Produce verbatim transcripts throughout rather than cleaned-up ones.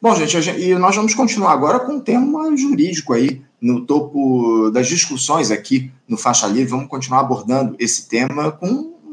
Bom, gente, a gente, e nós vamos continuar agora com um tema jurídico aí, no topo das discussões aqui no Faixa Livre. Vamos continuar abordando esse tema com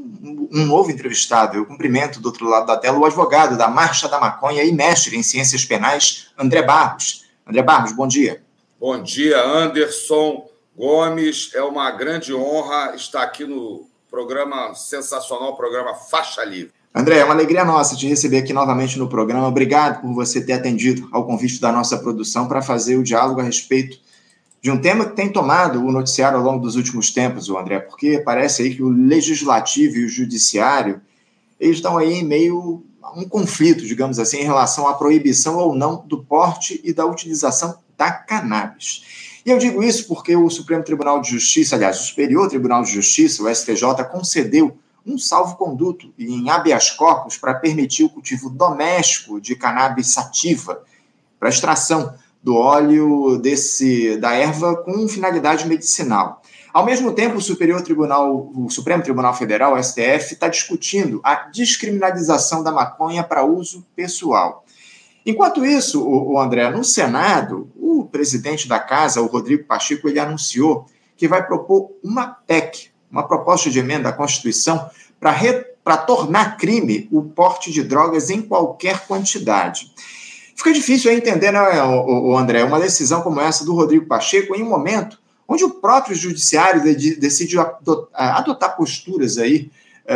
um novo entrevistado. Eu cumprimento do outro lado da tela o advogado da Marcha da Maconha e mestre em Ciências Penais, André Barros. André Barros, bom dia. Bom dia, Anderson Gomes. É uma grande honra estar aqui no programa sensacional, programa Faixa Livre. André, é uma alegria nossa te receber aqui novamente no programa. Obrigado por você ter atendido ao convite da nossa produção para fazer o diálogo a respeito de um tema que tem tomado o noticiário ao longo dos últimos tempos, o André, porque parece aí que o legislativo e o judiciário eles estão aí em meio a um conflito, digamos assim, em relação à proibição ou não do porte e da utilização da cannabis. E eu digo isso porque o Supremo Tribunal de Justiça, aliás, o Superior Tribunal de Justiça, o S T J, concedeu um salvo-conduto em habeas corpus para permitir o cultivo doméstico de cannabis sativa para extração do óleo desse, da erva com finalidade medicinal. Ao mesmo tempo, o Superior Tribunal, o Supremo Tribunal Federal, o S T F, está discutindo a descriminalização da maconha para uso pessoal. Enquanto isso, o, o André, no Senado, o presidente da Casa, o Rodrigo Pacheco, ele anunciou que vai propor uma P E C, uma proposta de emenda à Constituição para tornar crime o porte de drogas em qualquer quantidade. Fica difícil entender, né, o, o André, uma decisão como essa do Rodrigo Pacheco em um momento onde o próprio judiciário decide adotar posturas aí,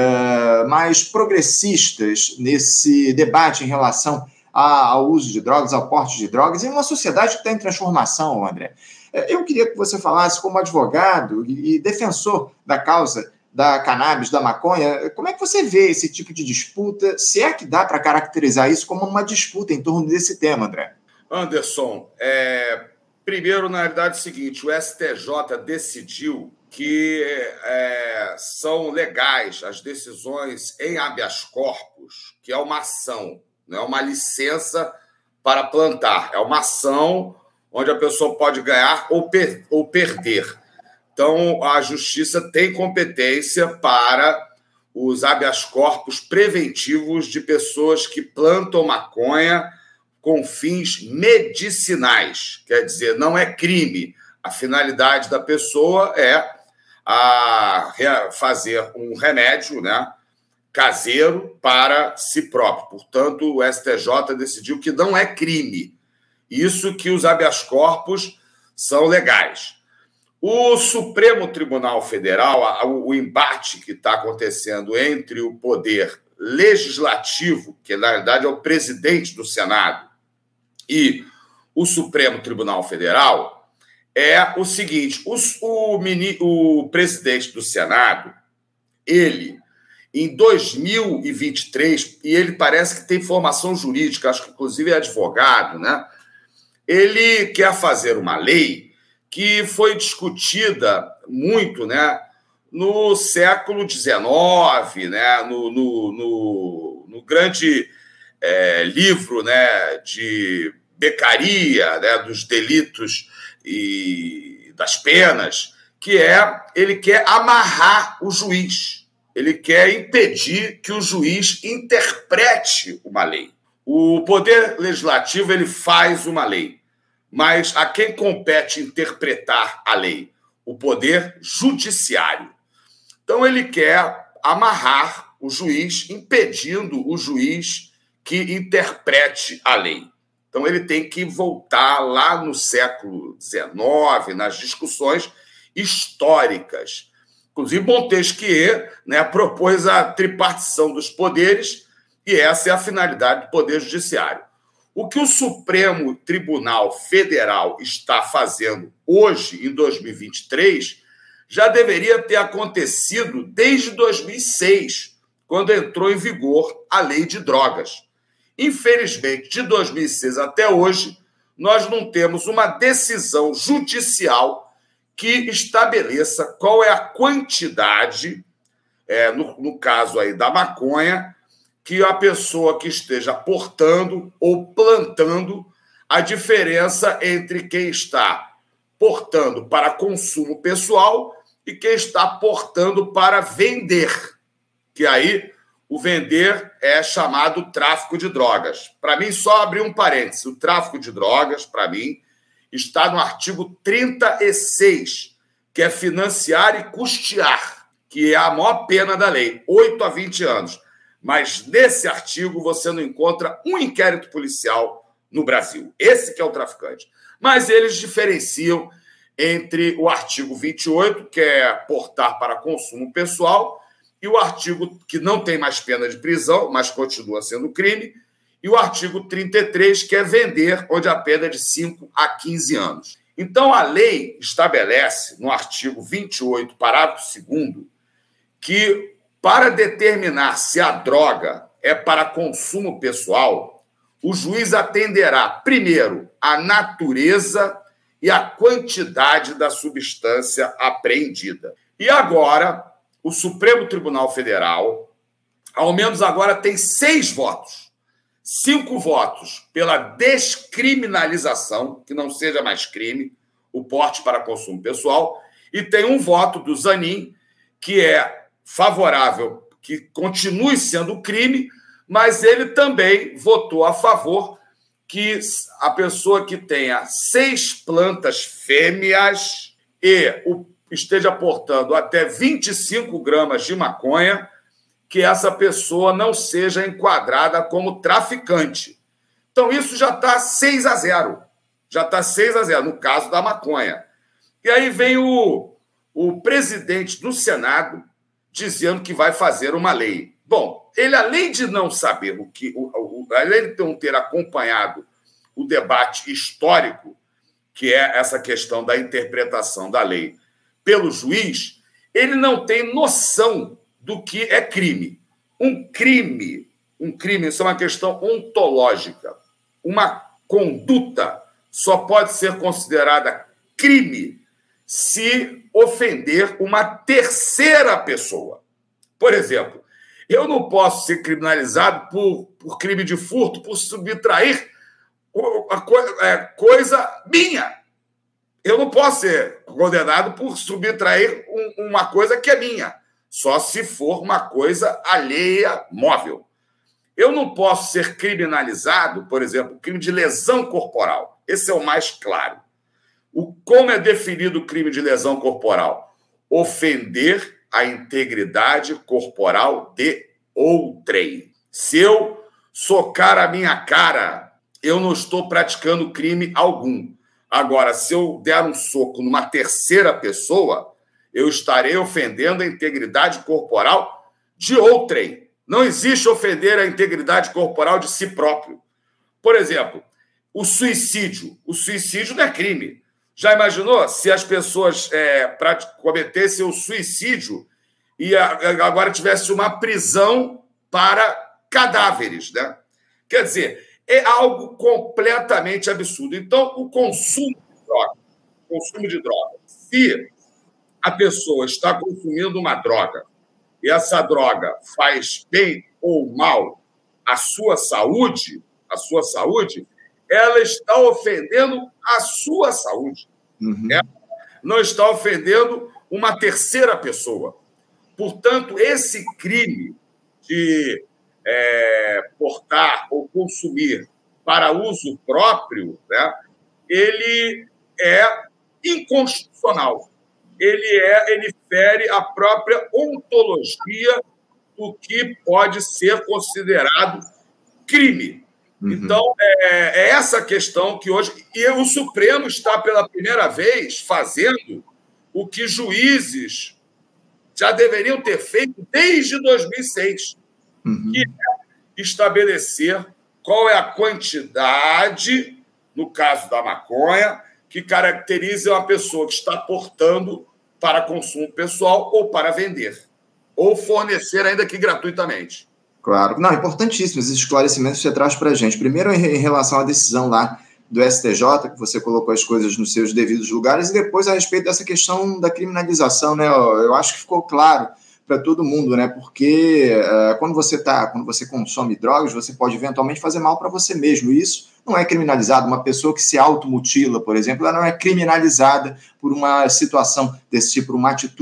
uh, mais progressistas nesse debate em relação a, ao uso de drogas, ao porte de drogas, em uma sociedade que está em transformação, André. Eu queria que você falasse, como advogado e defensor da causa da cannabis, da maconha, como é que você vê esse tipo de disputa? Se é que dá para caracterizar isso como uma disputa em torno desse tema, André? Anderson, é, primeiro, na realidade, é o seguinte, o S T J decidiu que é, são legais as decisões em habeas corpus, que é uma ação, não é uma licença para plantar, é uma ação onde a pessoa pode ganhar ou, per- ou perder. Então, a Justiça tem competência para os habeas corpus preventivos de pessoas que plantam maconha com fins medicinais. Quer dizer, não é crime. A finalidade da pessoa é a fazer um remédio, né, caseiro para si próprio. Portanto, o S T J decidiu que não é crime. Isso que os habeas corpus são legais. O Supremo Tribunal Federal, o embate que está acontecendo entre o poder legislativo, que na realidade é o presidente do Senado, e o Supremo Tribunal Federal, é o seguinte: o, o, mini, o presidente do Senado, ele, em dois mil e vinte e três, e ele parece que tem formação jurídica, acho que inclusive é advogado, né? Ele quer fazer uma lei que foi discutida muito, né, no século dezenove, né, no, no, no, no grande é, livro, né, de Beccaria, né, dos delitos e das penas, que é, ele quer amarrar o juiz, ele quer impedir que o juiz interprete uma lei. O poder legislativo, ele faz uma lei, mas a quem compete interpretar a lei? O poder judiciário. Então, ele quer amarrar o juiz, impedindo o juiz que interprete a lei. Então, ele tem que voltar lá no século dezenove, nas discussões históricas. Inclusive, Montesquieu, né, propôs a tripartição dos poderes, e essa é a finalidade do poder judiciário. O que o Supremo Tribunal Federal está fazendo hoje, em dois mil e vinte e três, já deveria ter acontecido desde dois mil e seis, quando entrou em vigor a Lei de Drogas. Infelizmente, de dois mil e seis até hoje, nós não temos uma decisão judicial que estabeleça qual é a quantidade, é, no, no caso aí da maconha, que a pessoa que esteja portando ou plantando, a diferença entre quem está portando para consumo pessoal e quem está portando para vender. Que aí o vender é chamado tráfico de drogas. Para mim, só abrir um parênteses. O tráfico de drogas, para mim, está no artigo trinta e seis, que é financiar e custear, que é a maior pena da lei, oito a vinte anos. Mas nesse artigo você não encontra um inquérito policial no Brasil. Esse que é o traficante. Mas eles diferenciam entre o artigo vinte e oito, que é portar para consumo pessoal, e o artigo que não tem mais pena de prisão, mas continua sendo crime, e o artigo trinta e três, que é vender, onde a pena é de cinco a quinze anos. Então, a lei estabelece, no artigo vinte e oito, parágrafo segundo, que para determinar se a droga é para consumo pessoal, o juiz atenderá, primeiro, a natureza e a quantidade da substância apreendida. E agora, o Supremo Tribunal Federal, ao menos agora, tem seis votos. Cinco votos pela descriminalização, que não seja mais crime, o porte para consumo pessoal, e tem um voto do Zanin, que é favorável, que continue sendo crime, mas ele também votou a favor que a pessoa que tenha seis plantas fêmeas e o esteja portando até vinte e cinco gramas de maconha, que essa pessoa não seja enquadrada como traficante. Então, isso já está seis a zero. Já está seis a zero, no caso da maconha. E aí vem o, o presidente do Senado dizendo que vai fazer uma lei. Bom, ele, além de não saber o que... O, o, além de não ter acompanhado o debate histórico, que é essa questão da interpretação da lei pelo juiz, ele não tem noção do que é crime. Um crime, um crime, isso é uma questão ontológica. Uma conduta só pode ser considerada crime se ofender uma terceira pessoa. Por exemplo, eu não posso ser criminalizado por, por crime de furto, por subtrair coisa minha. Eu não posso ser condenado por subtrair um, uma coisa que é minha, só se for uma coisa alheia, móvel. Eu não posso ser criminalizado, por exemplo, crime de lesão corporal. Esse é o mais claro. O, como é definido o crime de lesão corporal? Ofender a integridade corporal de outrem. Se eu socar a minha cara, eu não estou praticando crime algum. Agora, se eu der um soco numa terceira pessoa, eu estarei ofendendo a integridade corporal de outrem. Não existe ofender a integridade corporal de si próprio. Por exemplo, o suicídio. O suicídio não é crime. Já imaginou se as pessoas é, cometessem o suicídio e a, agora tivesse uma prisão para cadáveres, né? Quer dizer, é algo completamente absurdo. Então, o consumo de droga, consumo de droga, se a pessoa está consumindo uma droga e essa droga faz bem ou mal à sua saúde, à sua saúde, ela está ofendendo a sua saúde. Uhum. Ela não está ofendendo uma terceira pessoa. Portanto, esse crime de é, portar ou consumir para uso próprio, né, ele é inconstitucional. Ele, é, ele fere a própria ontologia do que pode ser considerado crime. Uhum. Então, é, é essa questão que hoje... E o Supremo está, pela primeira vez, fazendo o que juízes já deveriam ter feito desde dois mil e seis, uhum. que é estabelecer qual é a quantidade, no caso da maconha, que caracteriza uma pessoa que está portando para consumo pessoal ou para vender, ou fornecer, ainda que gratuitamente. Claro. Não, importantíssimo esses esclarecimentos que você traz para a gente. Primeiro, em relação à decisão lá do S T J, que você colocou as coisas nos seus devidos lugares, e depois a respeito dessa questão da criminalização, né? Eu acho que ficou claro para todo mundo, né? Porque uh, quando você tá, quando você consome drogas, você pode eventualmente fazer mal para você mesmo. E isso não é criminalizado. Uma pessoa que se automutila, por exemplo, ela não é criminalizada por uma situação desse tipo, por uma atitude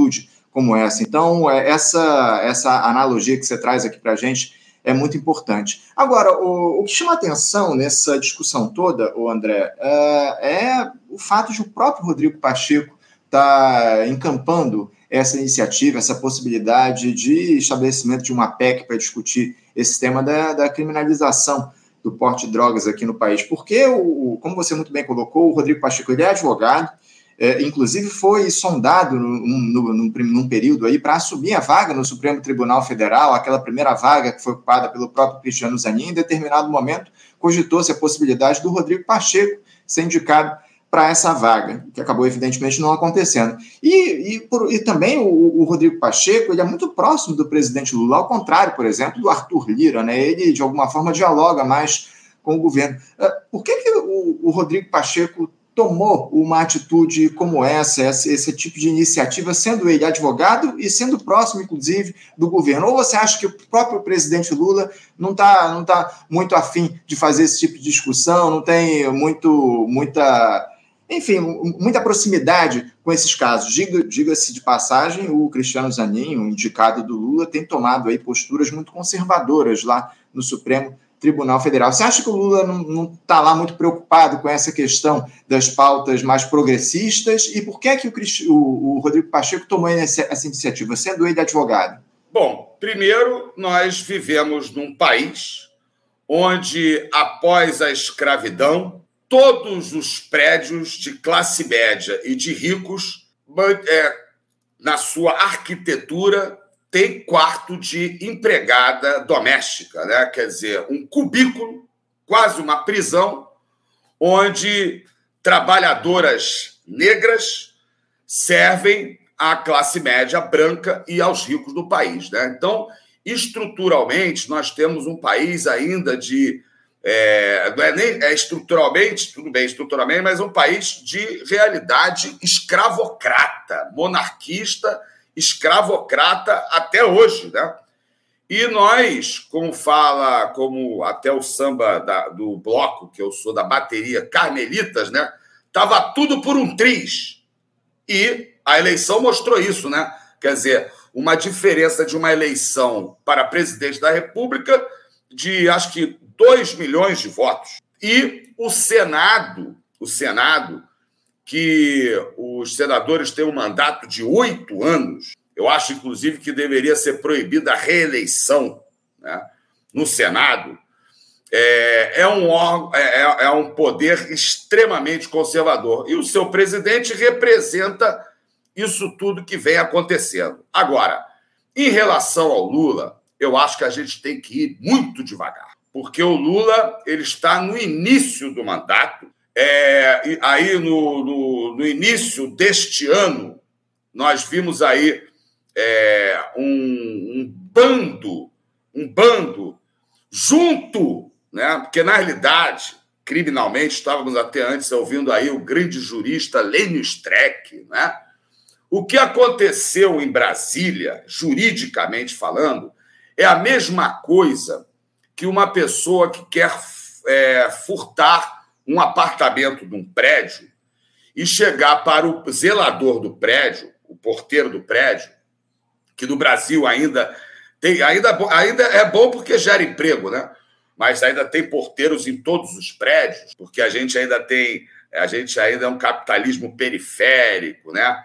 como essa. Então, essa, essa analogia que você traz aqui para a gente é muito importante. Agora, o, o que chama atenção nessa discussão toda, o André, é, é o fato de o próprio Rodrigo Pacheco estar encampando essa iniciativa, essa possibilidade de estabelecimento de uma P E C para discutir esse tema da, da criminalização do porte de drogas aqui no país. Porque, o, como você muito bem colocou, o Rodrigo Pacheco ele é advogado, é, inclusive foi sondado num, num, num período aí para assumir a vaga no Supremo Tribunal Federal, aquela primeira vaga que foi ocupada pelo próprio Cristiano Zanin. Em determinado momento, cogitou-se a possibilidade do Rodrigo Pacheco ser indicado para essa vaga, que acabou, evidentemente, não acontecendo. E, e, por, e também o, o Rodrigo Pacheco ele é muito próximo do presidente Lula, ao contrário, por exemplo, do Arthur Lira, né? Ele, de alguma forma, dialoga mais com o governo. Por que, que o, o Rodrigo Pacheco tomou uma atitude como essa, esse, esse tipo de iniciativa, sendo ele advogado e sendo próximo, inclusive, do governo? Ou você acha que o próprio presidente Lula não está não tá muito afim de fazer esse tipo de discussão, não tem muito, muita... enfim, muita proximidade com esses casos? Diga, diga-se de passagem, o Cristiano Zanin, o indicado do Lula, tem tomado aí posturas muito conservadoras lá no Supremo Tribunal Federal. Você acha que o Lula não está lá muito preocupado com essa questão das pautas mais progressistas? E por que é que o, o, o Rodrigo Pacheco tomou essa, essa iniciativa, sendo ele advogado? Bom, primeiro, nós vivemos num país onde, após a escravidão, todos os prédios de classe média e de ricos, é, na sua arquitetura, tem quarto de empregada doméstica, né? Quer dizer, um cubículo, quase uma prisão, onde trabalhadoras negras servem à classe média branca e aos ricos do país, né? Então, estruturalmente, nós temos um país ainda de... É, não é nem é estruturalmente, tudo bem, estruturalmente, mas um país de realidade escravocrata, monarquista, escravocrata até hoje, né? E nós, como fala, como até o samba da, do bloco, que eu sou da bateria Carmelitas, né? Tava tudo por um triz. E a eleição mostrou isso, né? Quer dizer, uma diferença de uma eleição para presidente da República de, acho que, dois milhões de votos. E o Senado, o Senado, que os senadores têm um mandato de oito anos, eu acho, inclusive, que deveria ser proibida a reeleição, né, no Senado, é, é, um, é, é um poder extremamente conservador. E o seu presidente representa isso tudo que vem acontecendo. Agora, em relação ao Lula, eu acho que a gente tem que ir muito devagar, porque o Lula ele está no início do mandato. É, aí, no, no, no início deste ano, nós vimos aí é, um, um bando, um bando junto, né? Porque, na realidade, criminalmente, estávamos até antes ouvindo aí o grande jurista Lênio Streck, né? O que aconteceu em Brasília, juridicamente falando, é a mesma coisa que uma pessoa que quer é, furtar um apartamento de um prédio e chegar para o zelador do prédio, o porteiro do prédio, que no Brasil ainda, tem, ainda, ainda é bom porque gera emprego, né? Mas ainda tem porteiros em todos os prédios, porque a gente ainda tem, a gente ainda é um capitalismo periférico, né?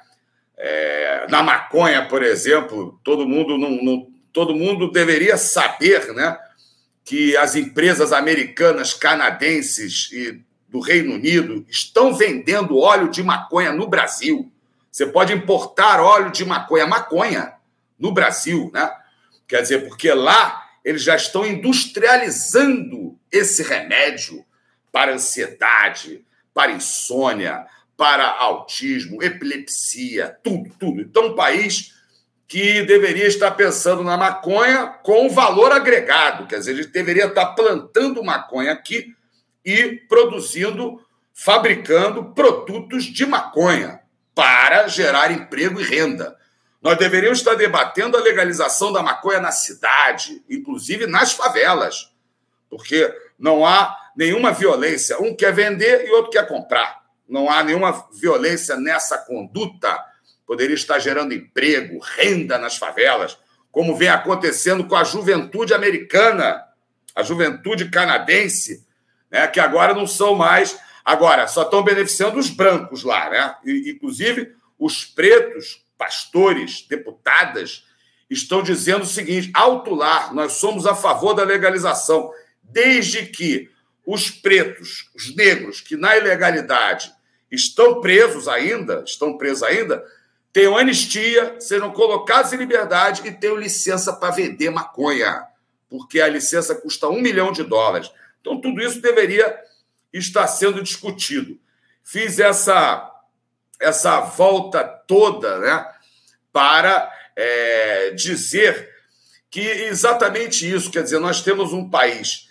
É, na maconha, por exemplo, todo mundo, não, não, todo mundo deveria saber, né, que as empresas americanas, canadenses e do Reino Unido estão vendendo óleo de maconha no Brasil. Você pode importar óleo de maconha, maconha, no Brasil, né? Quer dizer, porque lá eles já estão industrializando esse remédio para ansiedade, para insônia, para autismo, epilepsia, tudo, tudo. Então, um país que deveria estar pensando na maconha com valor agregado, quer dizer, ele deveria estar plantando maconha aqui e produzindo, fabricando produtos de maconha para gerar emprego e renda. Nós deveríamos estar debatendo a legalização da maconha na cidade, inclusive nas favelas, porque não há nenhuma violência. Um quer vender e outro quer comprar. Não há nenhuma violência nessa conduta poderia estar gerando emprego, renda nas favelas, como vem acontecendo com a juventude americana, a juventude canadense, né, que agora não são mais... Agora, só estão beneficiando os brancos lá, né? E, inclusive, os pretos, pastores, deputadas, estão dizendo o seguinte: alto lá, nós somos a favor da legalização, desde que os pretos, os negros, que na ilegalidade estão presos ainda, estão presos ainda, tenham anistia, serão colocados em liberdade e tenham licença para vender maconha, porque a licença custa um milhão de dólares. Então, tudo isso deveria estar sendo discutido. Fiz essa, essa volta toda, né, para é, dizer que exatamente isso, quer dizer, nós temos um país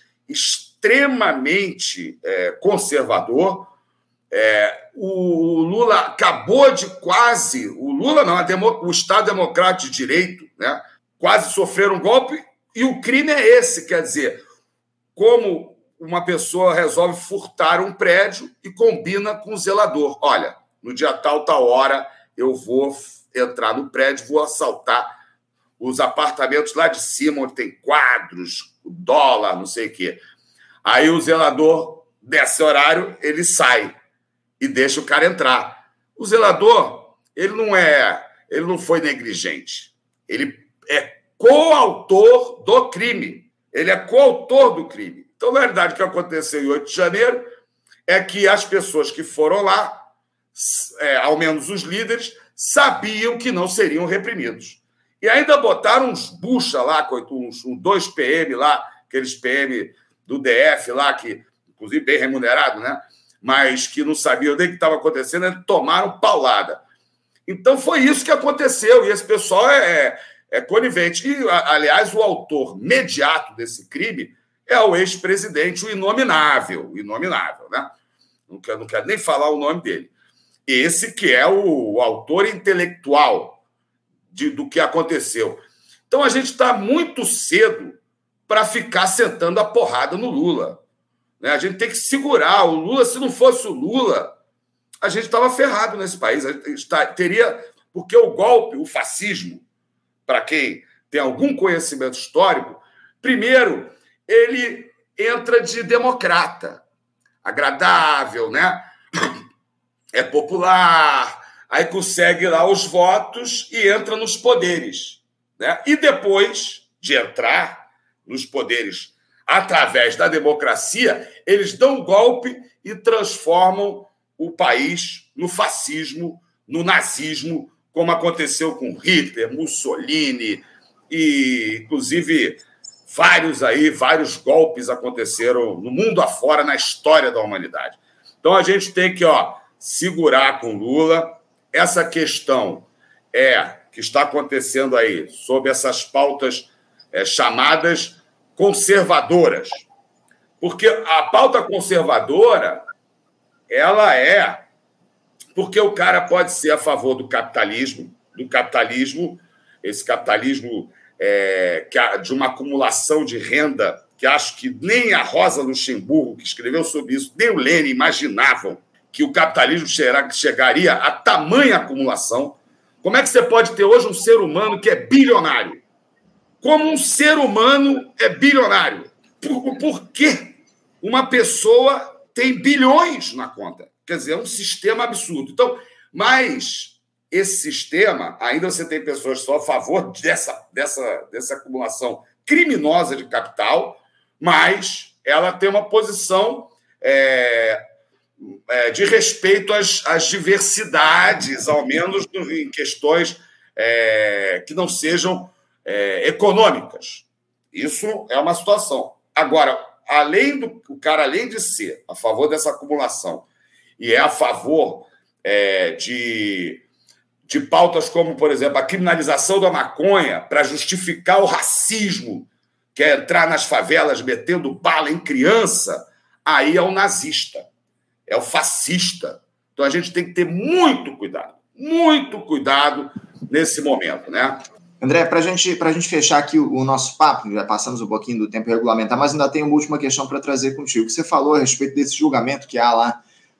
extremamente é, conservador. É, o Lula acabou de quase... O Lula não, a demo, o Estado Democrático de Direito, né, quase sofreram um golpe, e o crime é esse, quer dizer, como uma pessoa resolve furtar um prédio e combina com o zelador. Olha, no dia tal, tal hora, eu vou entrar no prédio, vou assaltar os apartamentos lá de cima, onde tem quadros, dólar, não sei o quê. Aí o zelador, desse horário, ele sai e deixa o cara entrar. O zelador, ele não é, ele não foi negligente. Ele é coautor do crime. Ele é coautor do crime. Então, na verdade, o que aconteceu em oito de janeiro é que as pessoas que foram lá, é, ao menos os líderes, sabiam que não seriam reprimidos. E ainda botaram uns bucha lá, uns, uns dois P M lá, aqueles P M do D F lá, que, inclusive, bem remunerado, né? Mas que não sabiam nem o que estava acontecendo, eles tomaram paulada. Então, foi isso que aconteceu, e esse pessoal é, é conivente. E, aliás, o autor imediato desse crime é o ex-presidente, o inominável, o inominável, né? Não quero, não quero nem falar o nome dele. Esse que é o, o autor intelectual de, do que aconteceu. Então, a gente está muito cedo para ficar sentando a porrada no Lula, né? A gente tem que segurar. O Lula, se não fosse o Lula, a gente estava ferrado nesse país. A gente tá, teria... Porque o golpe, o fascismo, para quem tem algum conhecimento histórico, primeiro, ele entra de democrata, agradável, né? É popular, aí consegue lá os votos e entra nos poderes, né? E depois de entrar nos poderes através da democracia, eles dão um golpe e transformam o país no fascismo, no nazismo, como aconteceu com Hitler, Mussolini e, inclusive, vários aí, vários golpes aconteceram no mundo afora, na história da humanidade. Então, a gente tem que, ó, segurar com Lula. Essa questão é que está acontecendo aí sob essas pautas é, chamadas conservadoras. Porque a pauta conservadora, ela é porque o cara pode ser a favor do capitalismo, do capitalismo, esse capitalismo é, que, de uma acumulação de renda, que acho que nem a Rosa Luxemburgo, que escreveu sobre isso, nem o Lênin imaginavam que o capitalismo chegaria a tamanha acumulação. Como é que você pode ter hoje um ser humano que é bilionário? Como um ser humano é bilionário? Por, por que uma pessoa tem bilhões na conta? Quer dizer, é um sistema absurdo. Então, mas esse sistema, ainda você tem pessoas só a favor dessa, dessa, dessa acumulação criminosa de capital, mas ela tem uma posição... É, É, de respeito às, às diversidades, ao menos em questões é, que não sejam é, econômicas. Isso é uma situação. Agora, além do o cara, além de ser a favor dessa acumulação e é a favor é, de, de pautas como, por exemplo, a criminalização da maconha para justificar o racismo, que é entrar nas favelas metendo bala em criança, aí é o nazista. É o fascista. Então, a gente tem que ter muito cuidado, muito cuidado nesse momento, né? André, para gente, a gente fechar aqui o, o nosso papo, já passamos um pouquinho do tempo regulamentar, mas ainda tem uma última questão para trazer contigo, que você falou a respeito desse julgamento que há lá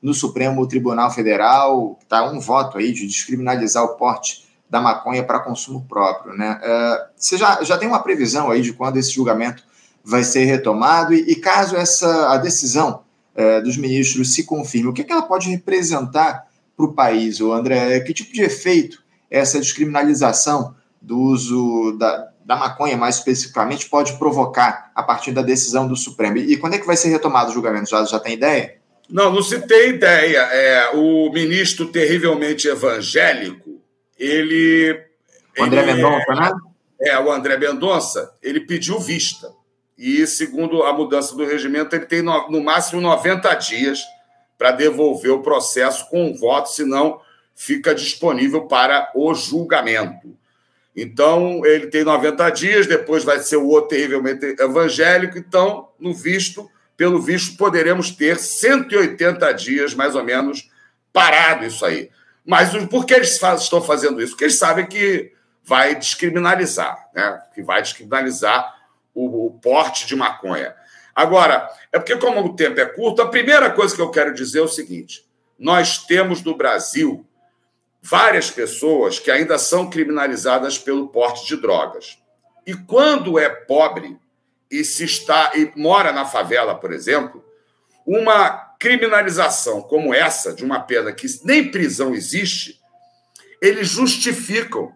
no Supremo Tribunal Federal, está um voto aí de descriminalizar o porte da maconha para consumo próprio, né? Uh, você já, já tem uma previsão aí de quando esse julgamento vai ser retomado e, e caso essa a decisão uh, dos ministros se confirme, o que, é que ela pode representar para o país, ô André? Que tipo de efeito essa descriminalização do uso da, da maconha, mais especificamente, pode provocar a partir da decisão do Supremo? E quando é que vai ser retomado o julgamento? Já, já tem ideia? Não, não se tem ideia. É, o ministro terrivelmente evangélico, ele... O André ele, Mendonça, né? É, o André Mendonça, ele pediu vista. E, segundo a mudança do regimento, ele tem no, no máximo noventa dias para devolver o processo com um voto, senão fica disponível para o julgamento. Então, ele tem noventa dias, depois vai ser o outro terrivelmente evangélico. Então, no visto, pelo visto, poderemos ter cento e oitenta dias, mais ou menos, parado isso aí. Mas por que eles estão fazendo isso? Porque eles sabem que vai descriminalizar, né? Que vai descriminalizar o, o porte de maconha. Agora, é porque, como o tempo é curto, a primeira coisa que eu quero dizer é o seguinte: nós temos no Brasil várias pessoas que ainda são criminalizadas pelo porte de drogas. E quando é pobre e se está e mora na favela, por exemplo, uma criminalização como essa, de uma pena que nem prisão existe, eles justificam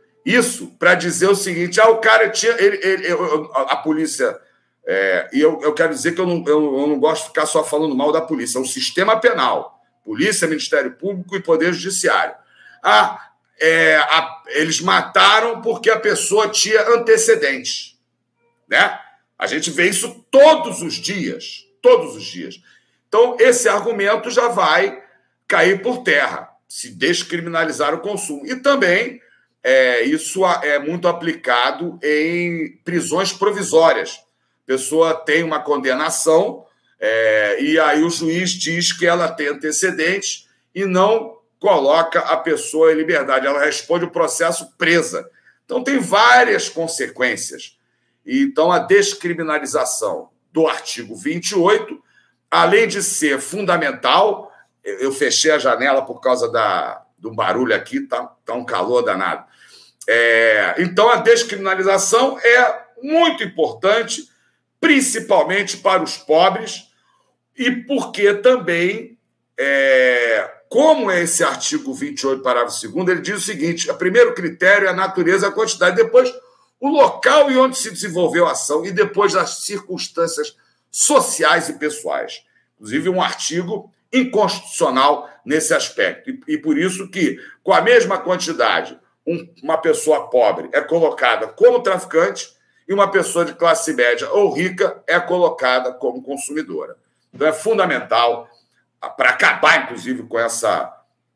isso para dizer o seguinte: ah, o cara tinha... Ele, ele, a polícia... É, e eu, eu quero dizer que eu não, eu, eu não gosto de ficar só falando mal da polícia. É o sistema penal. Polícia, Ministério Público e Poder Judiciário. Ah, é, a, eles mataram porque a pessoa tinha antecedentes. Né? A gente vê isso todos os dias. Todos os dias. Então, esse argumento já vai cair por terra, se descriminalizar o consumo. E também, é, isso é muito aplicado em prisões provisórias. A pessoa tem uma condenação é, e aí o juiz diz que ela tem antecedentes e não coloca a pessoa em liberdade. Ela responde o processo presa. Então, tem várias consequências. Então, a descriminalização do artigo vinte e oito, além de ser fundamental, eu fechei a janela por causa da, do barulho aqui, tá, tá um calor danado. É, então, a descriminalização é muito importante, principalmente para os pobres, e porque também, é, como é esse artigo vinte e oito, parágrafo segundo, ele diz o seguinte: o primeiro critério é a natureza e a quantidade, depois o local e onde se desenvolveu a ação, e depois as circunstâncias sociais e pessoais. Inclusive, um artigo inconstitucional nesse aspecto. E, e por isso que, com a mesma quantidade, um, uma pessoa pobre é colocada como traficante e uma pessoa de classe média ou rica é colocada como consumidora. Então, é fundamental para acabar, inclusive, com essa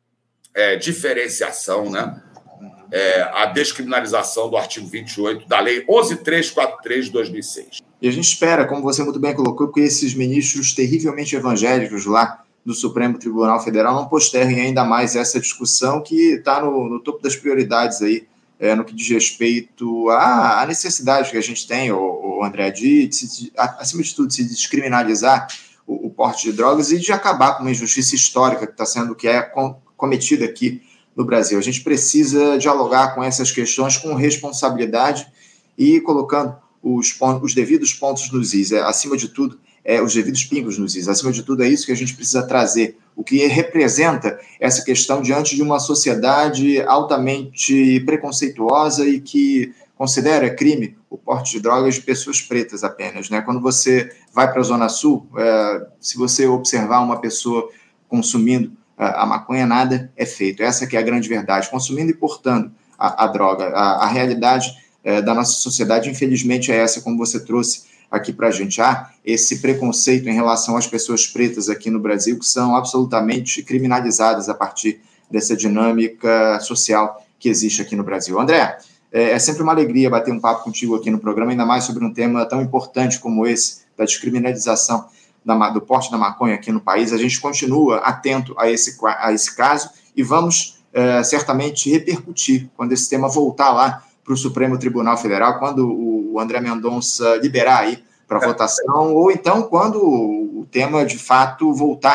é, diferenciação, né? É, a descriminalização do artigo vinte e oito da Lei onze mil trezentos e quarenta e três de dois mil e seis. E a gente espera, como você muito bem colocou, que esses ministros terrivelmente evangélicos lá do Supremo Tribunal Federal não posterguem ainda mais essa discussão que está no, no topo das prioridades aí, é, no que diz respeito à, à necessidade que a gente tem, o, o André, de, de, de, acima de tudo, se descriminalizar o, o porte de drogas e de acabar com uma injustiça histórica que está sendo, que é com, cometida aqui no Brasil. A gente precisa dialogar com essas questões com responsabilidade e colocando os, pontos, os devidos pontos nos is. É, acima de tudo, é, os devidos pingos nos is. Acima de tudo, é isso que a gente precisa trazer. O que representa essa questão diante de uma sociedade altamente preconceituosa e que considera crime o porte de drogas de pessoas pretas apenas. Né? Quando você vai para a Zona Sul, é, se você observar uma pessoa consumindo a maconha, nada é feito. Essa que é a grande verdade. Consumindo e portando a, a droga. A, a realidade é, da nossa sociedade, infelizmente, é essa, como você trouxe aqui para a gente. Há esse preconceito em relação às pessoas pretas aqui no Brasil, que são absolutamente criminalizadas a partir dessa dinâmica social que existe aqui no Brasil. André, é, é sempre uma alegria bater um papo contigo aqui no programa, ainda mais sobre um tema tão importante como esse, da descriminalização Da, do porte da maconha aqui no país. A gente continua atento a esse, a esse caso e vamos é, certamente repercutir quando esse tema voltar lá para o Supremo Tribunal Federal, quando o, o André Mendonça liberar aí para votação, ou então quando o tema de fato voltar, porque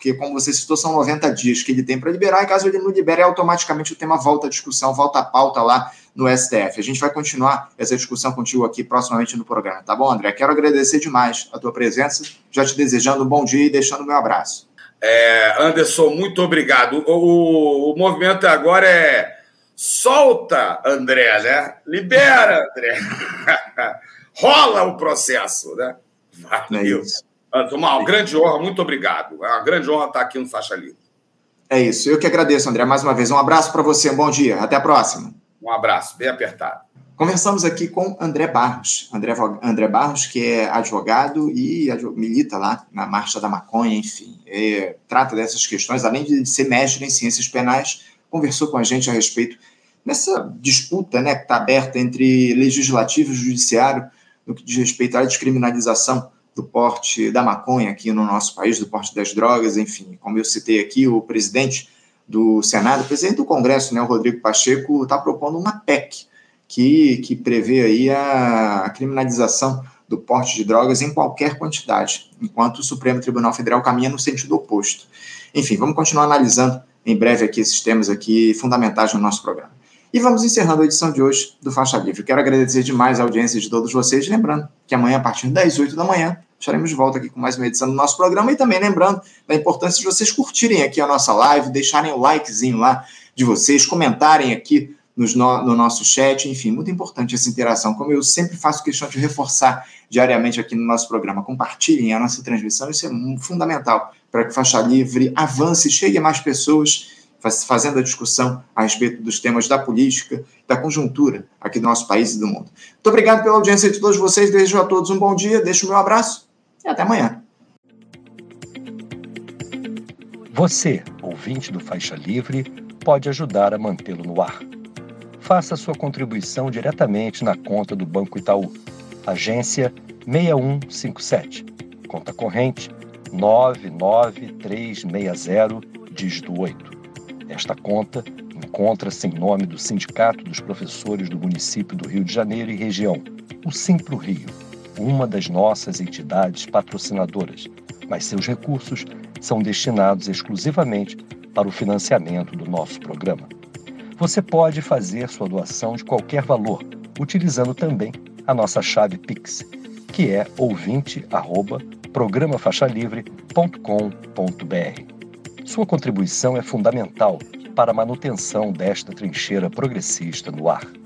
porque, como você citou, são noventa dias que ele tem para liberar, e caso ele não libere, automaticamente o tema volta à discussão, volta à pauta lá no S T F. A gente vai continuar essa discussão contigo aqui proximamente no programa, tá bom, André? Quero agradecer demais a tua presença, já te desejando um bom dia e deixando o meu abraço. É, Anderson, muito obrigado. O, o, o movimento agora é solta, André, né? Libera, André. Rola o processo, né? Valeu. É isso. Uma grande honra, muito obrigado. É uma grande honra estar aqui no Faixa Livre. É isso. Eu que agradeço, André, mais uma vez. Um abraço para você, um bom dia. Até a próxima. Um abraço, bem apertado. Conversamos aqui com André Barros. André, André Barros, que é advogado e milita lá na Marcha da Maconha, enfim. É, trata dessas questões, além de ser mestre em ciências penais, conversou com a gente a respeito dessa disputa, né, que está aberta entre legislativo e judiciário no que diz respeito à descriminalização do porte da maconha aqui no nosso país, do porte das drogas, enfim. Como eu citei aqui, o presidente do Senado, o presidente do Congresso, né, o Rodrigo Pacheco, está propondo uma P E C que, que prevê aí a criminalização do porte de drogas em qualquer quantidade, enquanto o Supremo Tribunal Federal caminha no sentido oposto. Enfim, vamos continuar analisando em breve aqui esses temas aqui fundamentais no nosso programa. E vamos encerrando a edição de hoje do Faixa Livre. Quero agradecer demais a audiência de todos vocês, lembrando que amanhã, a partir das oito da manhã, estaremos de volta aqui com mais uma edição do nosso programa, e também lembrando da importância de vocês curtirem aqui a nossa live, deixarem o likezinho lá de vocês, comentarem aqui nos no, no nosso chat, enfim, muito importante essa interação, como eu sempre faço questão de reforçar diariamente aqui no nosso programa. Compartilhem a nossa transmissão, isso é fundamental para que o Faixa Livre avance, chegue a mais pessoas, fazendo a discussão a respeito dos temas da política, da conjuntura aqui do nosso país e do mundo. Muito obrigado pela audiência de todos vocês, desejo a todos um bom dia, deixo o meu abraço e até amanhã. Você, ouvinte do Faixa Livre, pode ajudar a mantê-lo no ar. Faça sua contribuição diretamente na conta do Banco Itaú, agência seis um cinco sete, conta corrente nove nove três seis zero, dígito oito. Esta conta encontra-se em nome do Sindicato dos Professores do Município do Rio de Janeiro e Região, o Simpro Rio, uma das nossas entidades patrocinadoras, mas seus recursos são destinados exclusivamente para o financiamento do nosso programa. Você pode fazer sua doação de qualquer valor, utilizando também a nossa chave Pix, que é ouvinte arroba programa faixa livre ponto com ponto br. Sua contribuição é fundamental para a manutenção desta trincheira progressista no ar.